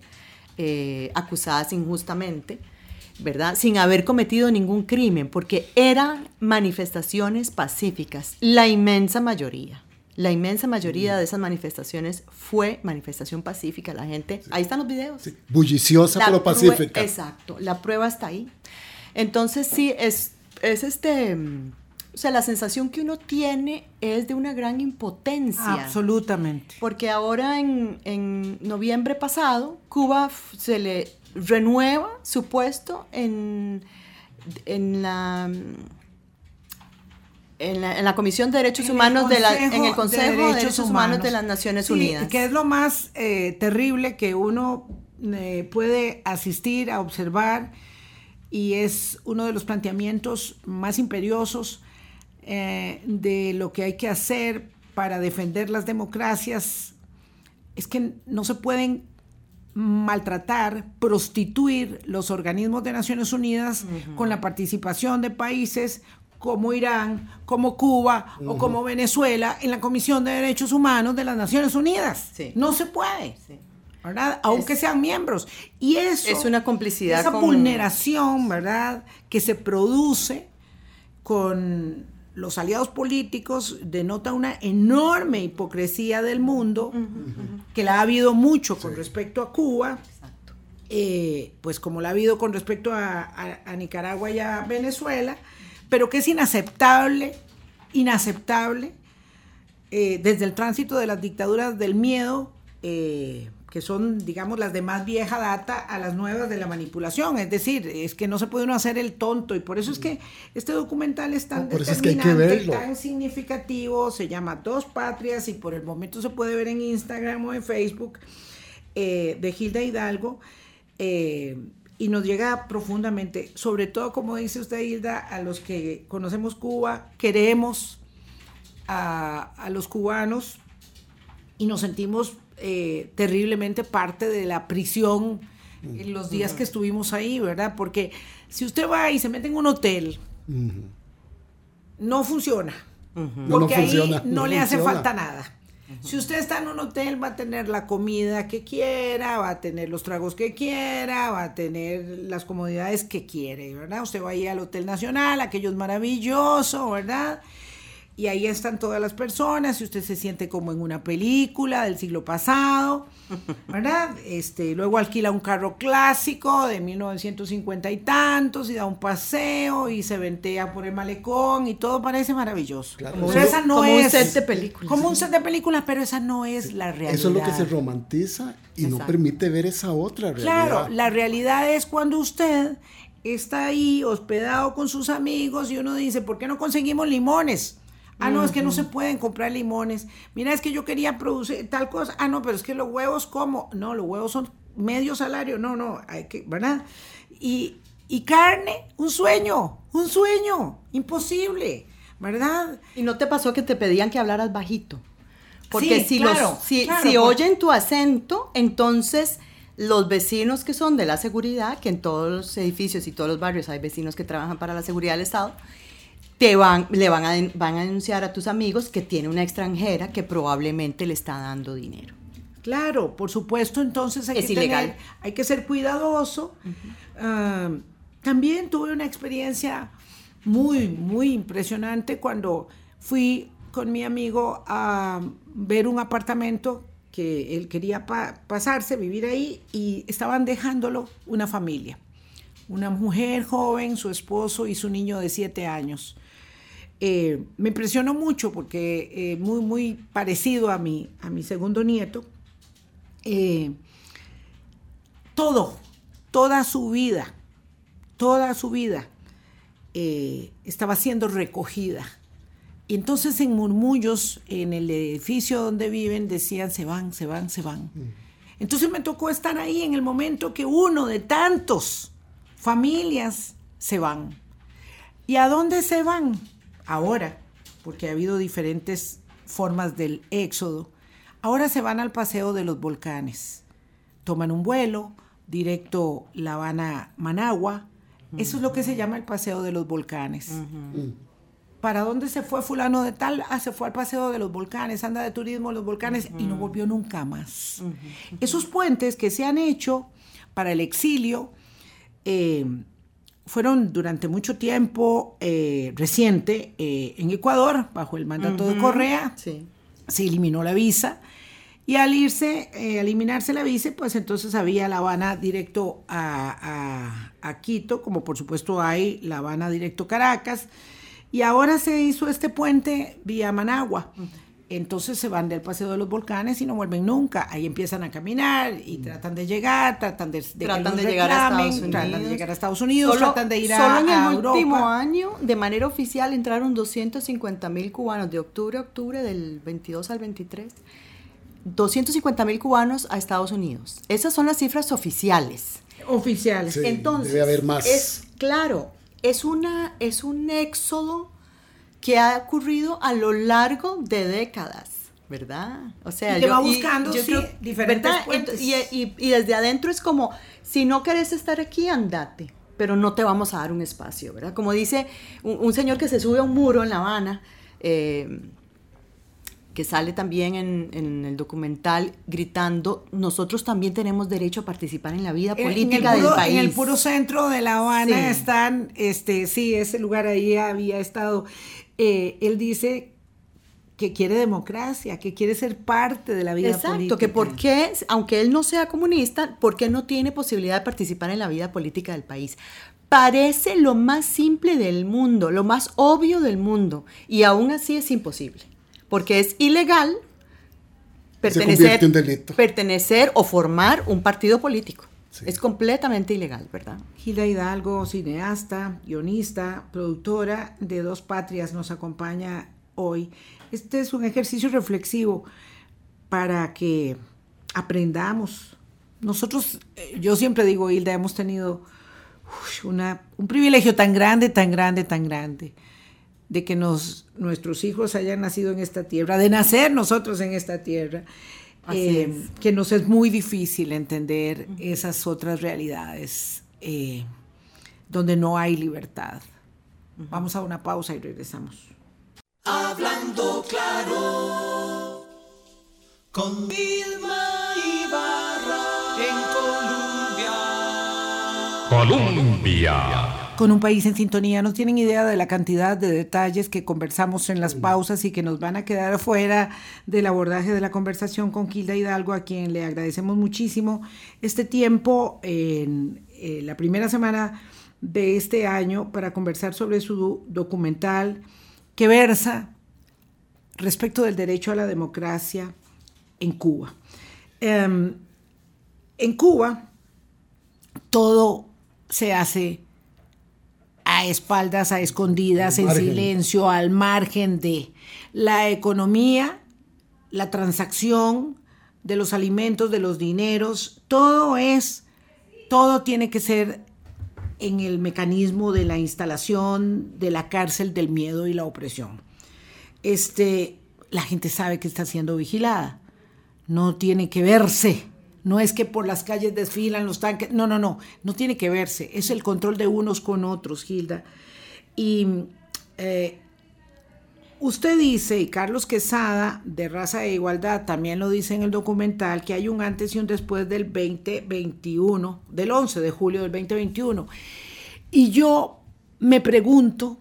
eh, acusadas injustamente, ¿verdad? Sin haber cometido ningún crimen, porque eran manifestaciones pacíficas, la inmensa mayoría. La inmensa mayoría de esas manifestaciones fue manifestación pacífica. La gente, sí. Ahí están los videos. Sí. Bulliciosa, la pero pacífica. Exacto, la prueba está ahí. Entonces sí, es, es este, o sea, la sensación que uno tiene es de una gran impotencia. Absolutamente. Porque ahora en, en noviembre pasado, Cuba se le renueva su puesto en, en la... En la, en la Comisión de Derechos En Humanos el de la, Consejo en el Consejo de de Derechos Derechos, Humanos. Humanos de las Naciones Sí, Unidas. que es lo más eh, terrible que uno eh, puede asistir a observar, y es uno de los planteamientos más imperiosos eh, de lo que hay que hacer para defender las democracias. Es que no se pueden maltratar, prostituir los organismos de Naciones Unidas uh-huh. con la participación de países como Irán, como Cuba uh-huh. o como Venezuela en la Comisión de Derechos Humanos de las Naciones Unidas. Sí. No se puede, sí. ¿verdad? Aunque es, sean miembros. Y eso es una complicidad, esa con... vulneración, ¿verdad?, que se produce con los aliados políticos denota una enorme hipocresía del mundo, uh-huh, uh-huh. que la ha habido mucho con sí. respecto a Cuba, eh, pues como la ha habido con respecto a, a, a Nicaragua y a Venezuela, pero que es inaceptable, inaceptable, eh, desde el tránsito de las dictaduras del miedo, eh, que son, digamos, las de más vieja data, a las nuevas de la manipulación. Es decir, es que no se puede uno hacer el tonto, y por eso es que este documental es tan no, determinante, es que tan significativo. Se llama Dos Patrias, y por el momento se puede ver en Instagram o en Facebook, eh, de Hilda Hidalgo, eh, y nos llega profundamente, sobre todo, como dice usted, Hilda, a los que conocemos Cuba, queremos a, a los cubanos, y nos sentimos Eh, terriblemente parte de la prisión en los días uh-huh. que estuvimos ahí, ¿verdad? Porque si usted va y se mete en un hotel, uh-huh. no funciona, uh-huh. porque no, no funciona, ahí no, no le funciona. Hace falta nada. Uh-huh. Si usted está en un hotel, va a tener la comida que quiera, va a tener los tragos que quiera, va a tener las comodidades que quiere, ¿verdad? Usted va ahí al Hotel Nacional, aquello es maravilloso, ¿verdad? Y ahí están todas las personas, y usted se siente como en una película del siglo pasado, ¿verdad? Este, luego alquila un carro clásico de mil novecientos cincuenta y tantos, y da un paseo, y se ventea por el malecón, y todo parece maravilloso. Claro, pero esa no como es, un set de películas. Como un set de películas, pero esa no es la realidad. Eso es lo que se romantiza y Exacto. no permite ver esa otra realidad. Claro, la realidad es cuando usted está ahí hospedado con sus amigos, y uno dice, ¿por qué no conseguimos limones? Ah, no, uh-huh. es que no se pueden comprar limones. Mira, es que yo quería producir tal cosa. Ah, no, pero es que los huevos, ¿cómo? No, los huevos son medio salario. No, no, hay que, ¿verdad? Y, y carne, un sueño, un sueño, imposible, ¿verdad? ¿Y no te pasó que te pedían que hablaras bajito? Porque sí, si, claro, los, si, claro, si porque... oyen tu acento, entonces los vecinos que son de la seguridad, que en todos los edificios y todos los barrios hay vecinos que trabajan para la seguridad del Estado, te van, le van a, van a denunciar a tus amigos que tiene una extranjera que probablemente le está dando dinero. Claro, por supuesto, entonces hay, es que, ilegal. Tener, hay que ser cuidadoso. Uh-huh. Uh, también tuve una experiencia muy, muy impresionante cuando fui con mi amigo a ver un apartamento que él quería pa- pasarse, vivir ahí, y estaban dejándolo una familia. Una mujer joven, su esposo y su niño de siete años. Eh, me impresionó mucho porque eh, muy, muy parecido a mi, a mi segundo nieto. Eh, todo, toda su vida, toda su vida eh, estaba siendo recogida. Y entonces en murmullos en el edificio donde viven decían, se van, se van, se van. Entonces me tocó estar ahí en el momento que uno de tantos familias se van. ¿Y a dónde se van? Ahora, porque ha habido diferentes formas del éxodo, ahora se van al Paseo de los Volcanes. Toman un vuelo directo La Habana-Managua. Uh-huh. Eso es lo que se llama el Paseo de los Volcanes. Uh-huh. ¿Para dónde se fue fulano de tal? Ah, se fue al Paseo de los Volcanes, anda de turismo a los volcanes, uh-huh. y no volvió nunca más. Uh-huh. Uh-huh. Esos puentes que se han hecho para el exilio eh, fueron durante mucho tiempo eh, reciente eh, en Ecuador, bajo el mandato uh-huh. de Correa, sí. se eliminó la visa, y al irse, eh, eliminarse la visa, pues entonces había La Habana directo a, a, a Quito, como por supuesto hay La Habana directo Caracas, y ahora se hizo este puente vía Managua, uh-huh. entonces se van del Paseo de los Volcanes y no vuelven nunca. Ahí empiezan a caminar y tratan de llegar, tratan de, de, tratan de reclamen, llegar a Estados Unidos, tratan de llegar a Estados Unidos, solo, tratan de ir a, solo en el a Europa. último año, de manera oficial, entraron doscientos cincuenta mil cubanos, de octubre a octubre, del veintidós al veintitrés, doscientos cincuenta mil cubanos a Estados Unidos. Esas son las cifras oficiales. Oficiales. Sí, Entonces, debe haber más. Es, claro, es, una, es un éxodo que ha ocurrido a lo largo de décadas, ¿verdad? O sea, y que yo, va buscando, y, yo sí, creo, diferentes ¿verdad? puentes. Y, y, y desde adentro es como, si no querés estar aquí, andate, pero no te vamos a dar un espacio, ¿verdad? Como dice un, un señor que se sube a un muro en La Habana, eh, que sale también en, en el documental gritando, nosotros también tenemos derecho a participar en la vida política en el puro, del país. En el puro centro de La Habana Sí. están, este, sí, ese lugar ahí había estado. Eh, él dice que quiere democracia, que quiere ser parte de la vida Exacto, política. que por qué, aunque él no sea comunista, ¿por qué no tiene posibilidad de participar en la vida política del país? Parece lo más simple del mundo, lo más obvio del mundo, y aún así es imposible, porque es ilegal pertenecer, en delito. pertenecer o formar un partido político. Sí. Es completamente ilegal, ¿verdad? Hilda Hidalgo, cineasta, guionista, productora de Dos Patrias, nos acompaña hoy. Este es un ejercicio reflexivo para que aprendamos. Nosotros, eh, yo siempre digo, Hilda, hemos tenido uy, una, un privilegio tan grande, tan grande, tan grande, de que nos, nuestros hijos hayan nacido en esta tierra, de nacer nosotros en esta tierra. Eh, que nos es muy difícil entender uh-huh. esas otras realidades eh, donde no hay libertad. Uh-huh. Vamos a una pausa y regresamos. Hablando claro, con Vilma Ibarra en Colombia. Colombia. Con un país en sintonía, no tienen idea de la cantidad de detalles que conversamos en las pausas y que nos van a quedar afuera del abordaje de la conversación con Hilda Hidalgo, a quien le agradecemos muchísimo este tiempo en eh, la primera semana de este año para conversar sobre su do- documental que versa respecto del derecho a la democracia en Cuba. Um, en Cuba todo se hace a espaldas, a escondidas, en silencio, al margen de la economía, la transacción de los alimentos, de los dineros, todo es, todo tiene que ser en el mecanismo de la instalación de la cárcel del miedo y la opresión. Este, la gente sabe que está siendo vigilada, no tiene que verse. No es que por las calles desfilan los tanques, no, no, no, no tiene que verse, es el control de unos con otros, Hilda. Y eh, usted dice, y Carlos Quesada, de Raza e Igualdad, también lo dice en el documental, que hay un antes y un después del veinte veintiuno, del once de julio del veinte veintiuno. Y yo me pregunto,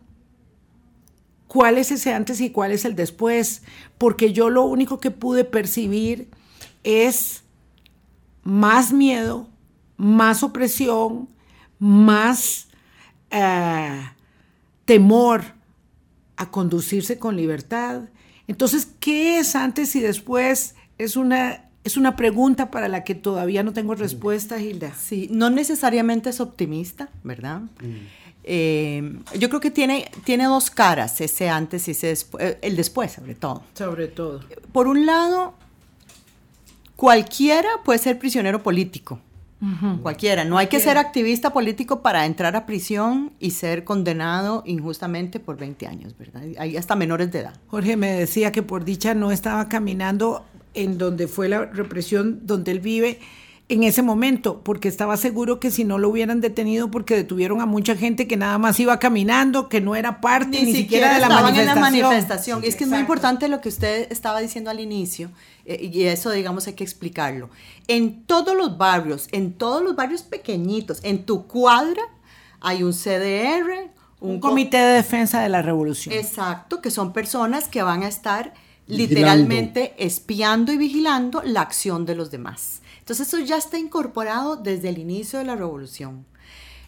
¿cuál es ese antes y cuál es el después? Porque yo lo único que pude percibir es más miedo, más opresión, más uh, temor a conducirse con libertad. Entonces, ¿qué es antes y después? Es una, es una pregunta para la que todavía no tengo respuesta, Hilda. Sí, no necesariamente es optimista, ¿verdad? Mm. Eh, yo creo que tiene, tiene dos caras, ese antes y ese después, el después, sobre todo. Sobre todo. Por un lado, cualquiera puede ser prisionero político. Uh-huh. Cualquiera. No hay que ser activista político para entrar a prisión y ser condenado injustamente por veinte años, ¿verdad? Hay hasta menores de edad. Jorge me decía que por dicha no estaba caminando en donde fue la represión, donde él vive en ese momento, porque estaba seguro que si no lo hubieran detenido, porque detuvieron a mucha gente que nada más iba caminando, que no era parte ni, ni siquiera, siquiera de la manifestación. En la manifestación. Sí, es que exacto. Es muy importante lo que usted estaba diciendo al inicio, eh, y eso, digamos, hay que explicarlo. En todos los barrios, en todos los barrios pequeñitos, en tu cuadra, hay un C D R, un, un comité de defensa de la revolución. Exacto, que son personas que van a estar literalmente vigilando. espiando y vigilando la acción de los demás. Entonces eso ya está incorporado desde el inicio de la revolución.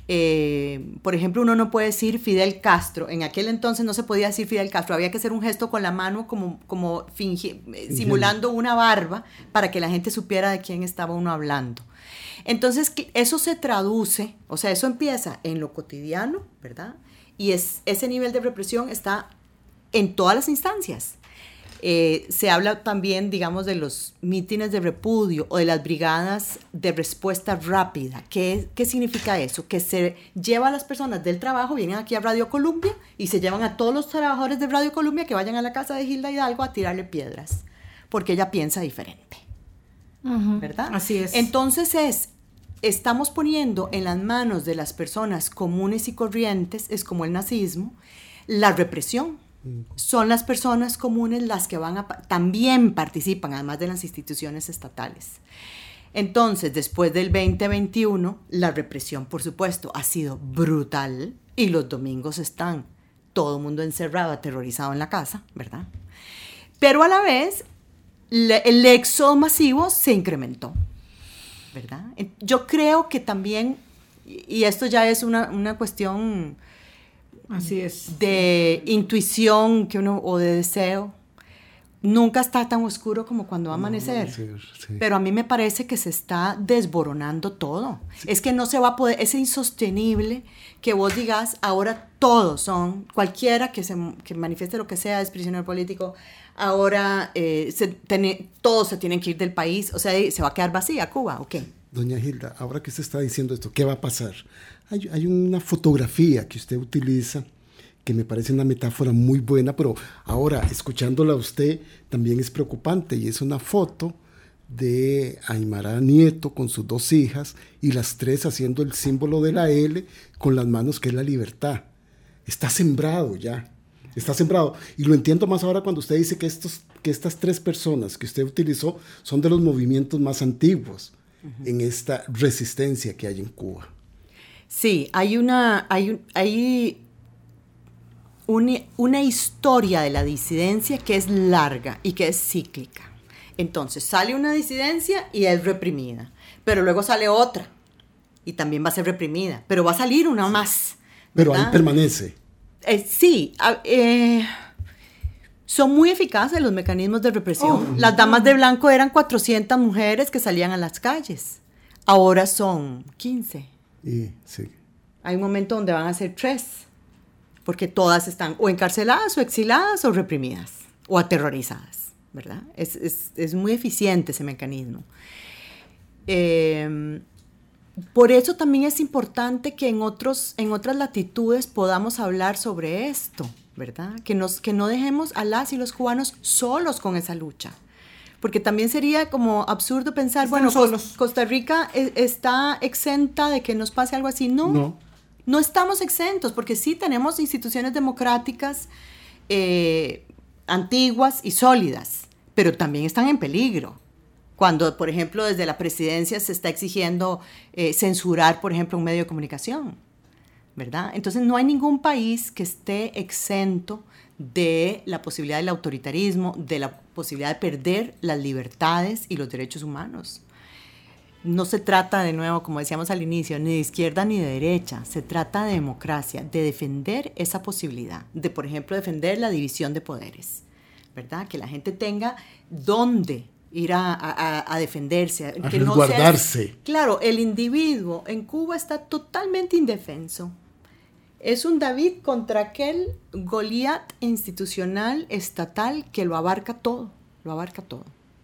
Eh, por ejemplo, uno no puede decir Fidel Castro. En aquel entonces no se podía decir Fidel Castro. Había que hacer un gesto con la mano como, como fingi, simulando una barba para que la gente supiera de quién estaba uno hablando. Entonces, eso se traduce, o sea, eso empieza en lo cotidiano, ¿verdad? Y es, ese nivel de represión está en todas las instancias. Eh, se habla también, digamos, de los mítines de repudio o de las brigadas de respuesta rápida. ¿Qué, qué significa eso? Que se lleva a las personas del trabajo, vienen aquí a Radio Colombia y se llevan a todos los trabajadores de Radio Colombia que vayan a la casa de Gilda Hidalgo a tirarle piedras, porque ella piensa diferente, uh-huh. ¿verdad? Así es. Entonces es, estamos poniendo en las manos de las personas comunes y corrientes, es como el nazismo, la represión. Son las personas comunes las que van a, también participan, además de las instituciones estatales. Entonces, después del veinte veintiuno, la represión, por supuesto, ha sido brutal y los domingos están todo el mundo encerrado, aterrorizado en la casa, ¿verdad? Pero a la vez, le, el éxodo masivo se incrementó, ¿verdad? Yo creo que también, y esto ya es una, una cuestión... Así es. De intuición que uno, o de deseo. Nunca está tan oscuro como cuando va a amanecer. No, sí. Pero a mí me parece que se está desboronando todo. Sí. Es que no se va a poder, es insostenible que vos digas, ahora todos son, cualquiera que, se, que manifieste lo que sea, es prisionero político, ahora eh, se, ten, todos se tienen que ir del país. O sea, ¿se va a quedar vacía Cuba o qué? Doña Gilda, ahora que usted está diciendo esto, ¿qué va a pasar? Hay, hay una fotografía que usted utiliza que me parece una metáfora muy buena, pero ahora, escuchándola a usted, también es preocupante, y es una foto de Aymara Nieto con sus dos hijas, y las tres haciendo el símbolo de la L con las manos, que es la libertad. Está sembrado ya, está sembrado. Y lo entiendo más ahora cuando usted dice que, estos, que estas tres personas que usted utilizó son de los movimientos más antiguos uh-huh. en esta resistencia que hay en Cuba. Sí, hay una, hay, hay una, una historia de la disidencia que es larga y que es cíclica. Entonces sale una disidencia y es reprimida, pero luego sale otra y también va a ser reprimida, pero va a salir una más. Pero ahí permanece. Eh, sí, eh, son muy eficaces los mecanismos de represión. Oh, Las damas de blanco eran cuatrocientas mujeres que salían a las calles, ahora son quince. Y, sí. Hay un momento donde van a ser tres, porque todas están o encarceladas o exiladas o reprimidas o aterrorizadas, ¿verdad? Es, es, es muy eficiente ese mecanismo. Eh, por eso también es importante que en, otros, en otras latitudes podamos hablar sobre esto, ¿verdad? Que, nos, que no dejemos a las y los cubanos solos con esa lucha. Porque también sería como absurdo pensar, Están bueno, solos. Costa Rica está exenta de que nos pase algo así. No, no, no estamos exentos, porque sí tenemos instituciones democráticas eh, antiguas y sólidas, pero también están en peligro. Cuando, por ejemplo, desde la presidencia se está exigiendo eh, censurar, por ejemplo, un medio de comunicación, ¿verdad? Entonces no hay ningún país que esté exento de la posibilidad del autoritarismo, de la posibilidad de perder las libertades y los derechos humanos. No se trata, de nuevo, como decíamos al inicio, ni de izquierda ni de derecha, se trata de democracia, de defender esa posibilidad, de, por ejemplo, defender la división de poderes, ¿verdad? Que la gente tenga dónde ir a, a, a defenderse. A que resguardarse. No sea, claro, el individuo en Cuba está totalmente indefenso. Es un David contra aquel Goliat institucional, estatal, que lo abarca todo, lo abarca todo.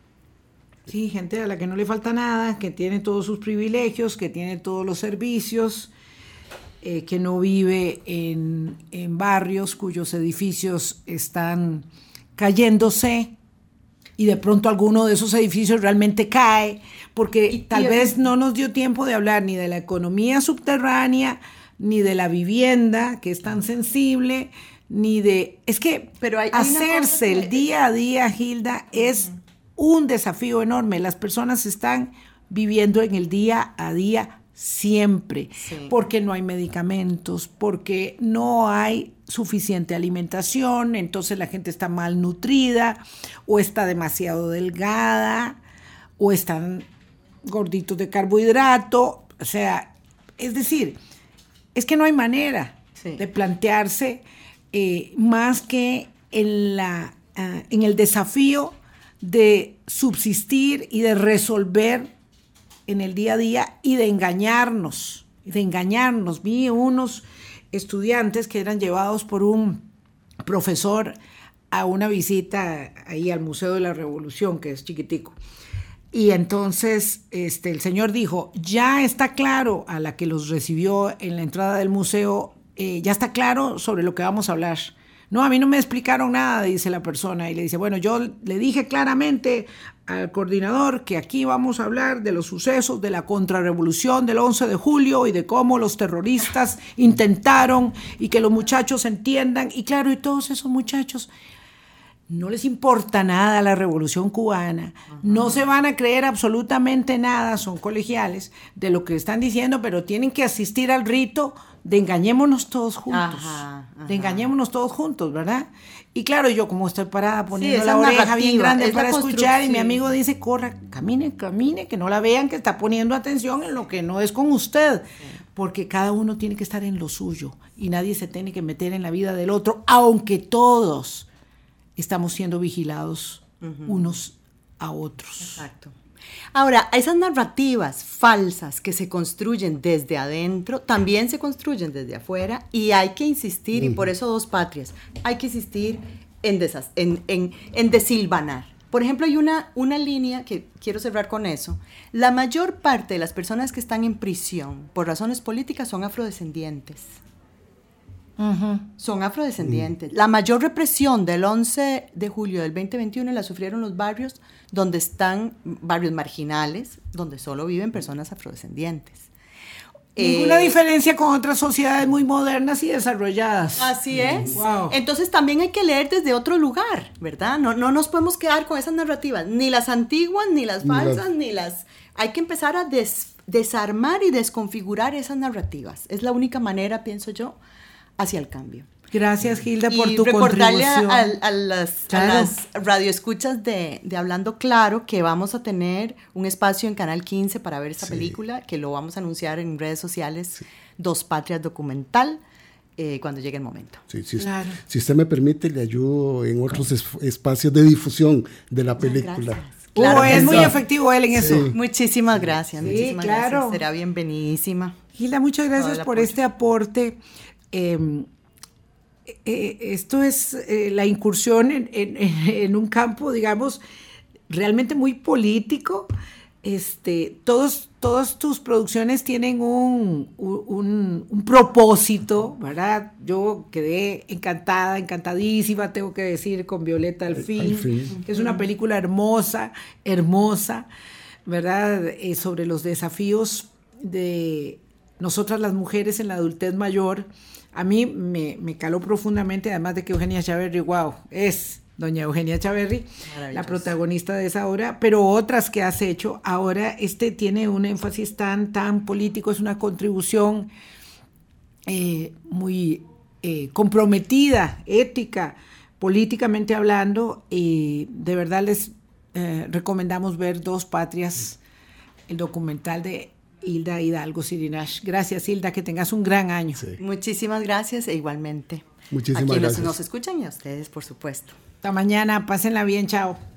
Sí, gente a la que no le falta nada, que tiene todos sus privilegios, que tiene todos los servicios, eh, que no vive en, en barrios cuyos edificios están cayéndose y de pronto alguno de esos edificios realmente cae, porque y, tal y, vez no nos dio tiempo de hablar ni de la economía subterránea, ni de la vivienda, que es tan sensible, ni de... Es que Pero hay, hay hacerse que... el día a día, Gilda, es uh-huh. un desafío enorme. Las personas están viviendo en el día a día siempre, sí. porque no hay medicamentos, porque no hay suficiente alimentación, entonces la gente está malnutrida, o está demasiado delgada, o están gorditos de carbohidrato. O sea, es decir... es que no hay manera sí. de plantearse eh, más que en, la, uh, en el desafío de subsistir y de resolver en el día a día y de engañarnos, de engañarnos. Vi unos estudiantes que eran llevados por un profesor a una visita ahí al Museo de la Revolución, que es chiquitico. Y entonces este, el señor dijo, ya está claro, a la que los recibió en la entrada del museo, eh, ya está claro sobre lo que vamos a hablar. No, a mí no me explicaron nada, dice la persona. Y le dice, bueno, yo le dije claramente al coordinador que aquí vamos a hablar de los sucesos de la contrarrevolución del once de julio y de cómo los terroristas intentaron y que los muchachos entiendan. Y claro, y todos esos muchachos no les importa nada la revolución cubana, uh-huh. no se van a creer absolutamente nada, son colegiales de lo que están diciendo, pero tienen que asistir al rito de engañémonos todos juntos, ajá, ajá. de engañémonos todos juntos, ¿verdad? Y claro, yo como estoy parada poniendo sí, la oreja bien grande para escuchar y mi amigo dice, corra, camine, camine, que no la vean que está poniendo atención en lo que no es con usted, sí. porque cada uno tiene que estar en lo suyo y nadie se tiene que meter en la vida del otro, aunque todos estamos siendo vigilados uh-huh. unos a otros. Exacto. Ahora, esas narrativas falsas que se construyen desde adentro, también se construyen desde afuera y hay que insistir, uh-huh. y por eso Dos Patrias, hay que insistir en, desas- en, en, en desilvanar. Por ejemplo, hay una, una línea que quiero cerrar con eso. La mayor parte de las personas que están en prisión por razones políticas son afrodescendientes. Uh-huh. Son afrodescendientes. Uh-huh. La mayor represión del once de julio del veinte veintiuno la sufrieron los barrios donde están, barrios marginales, donde solo viven personas afrodescendientes. Ninguna eh, diferencia con otras sociedades muy modernas y desarrolladas. Así es. Wow. Entonces también hay que leer desde otro lugar, ¿verdad? No, no nos podemos quedar con esas narrativas, ni las antiguas, ni las falsas, ni las... Ni las hay que empezar a des, desarmar y desconfigurar esas narrativas. Es la única manera, pienso yo, hacia el cambio. Gracias, Gilda, por y tu recordarle contribución. A, a, a, las, claro. a las radioescuchas de, de Hablando Claro que vamos a tener un espacio en Canal quince para ver esta sí. película, que lo vamos a anunciar en redes sociales, sí. Dos Patrias Documental, eh, cuando llegue el momento. Sí, sí, claro. Si usted me permite, le ayudo en otros es, espacios de difusión de la película. Gracias. Claro, uh, es sí. muy efectivo él en eso. Sí. Muchísimas gracias, sí, muchísimas claro. gracias. Será bienvenidísima. Gilda, muchas gracias por apoyo. Este aporte. Eh, eh, esto es eh, la incursión en, en, en un campo, digamos, realmente muy político. Este, todos, todas tus producciones tienen un, un, un propósito, ¿verdad? Yo quedé encantada, encantadísima, tengo que decir, con Violeta al fin, al fin. Que es una película hermosa, hermosa, ¿verdad? Eh, sobre los desafíos de nosotras las mujeres en la adultez mayor. A mí me, me caló profundamente, además de que Eugenia Cháverri, wow, es doña Eugenia Cháverri, la protagonista de esa obra, pero otras que has hecho. Ahora este tiene un énfasis tan, tan político, es una contribución eh, muy eh, comprometida, ética, políticamente hablando, y de verdad les eh, recomendamos ver Dos Patrias, el documental de Hilda Hidalgo Sirinash. Gracias, Hilda, que tengas un gran año. Sí. Muchísimas gracias e igualmente. Muchísimas a quienes gracias. nos escuchan y a ustedes, por supuesto. Hasta mañana, pásenla bien, chao.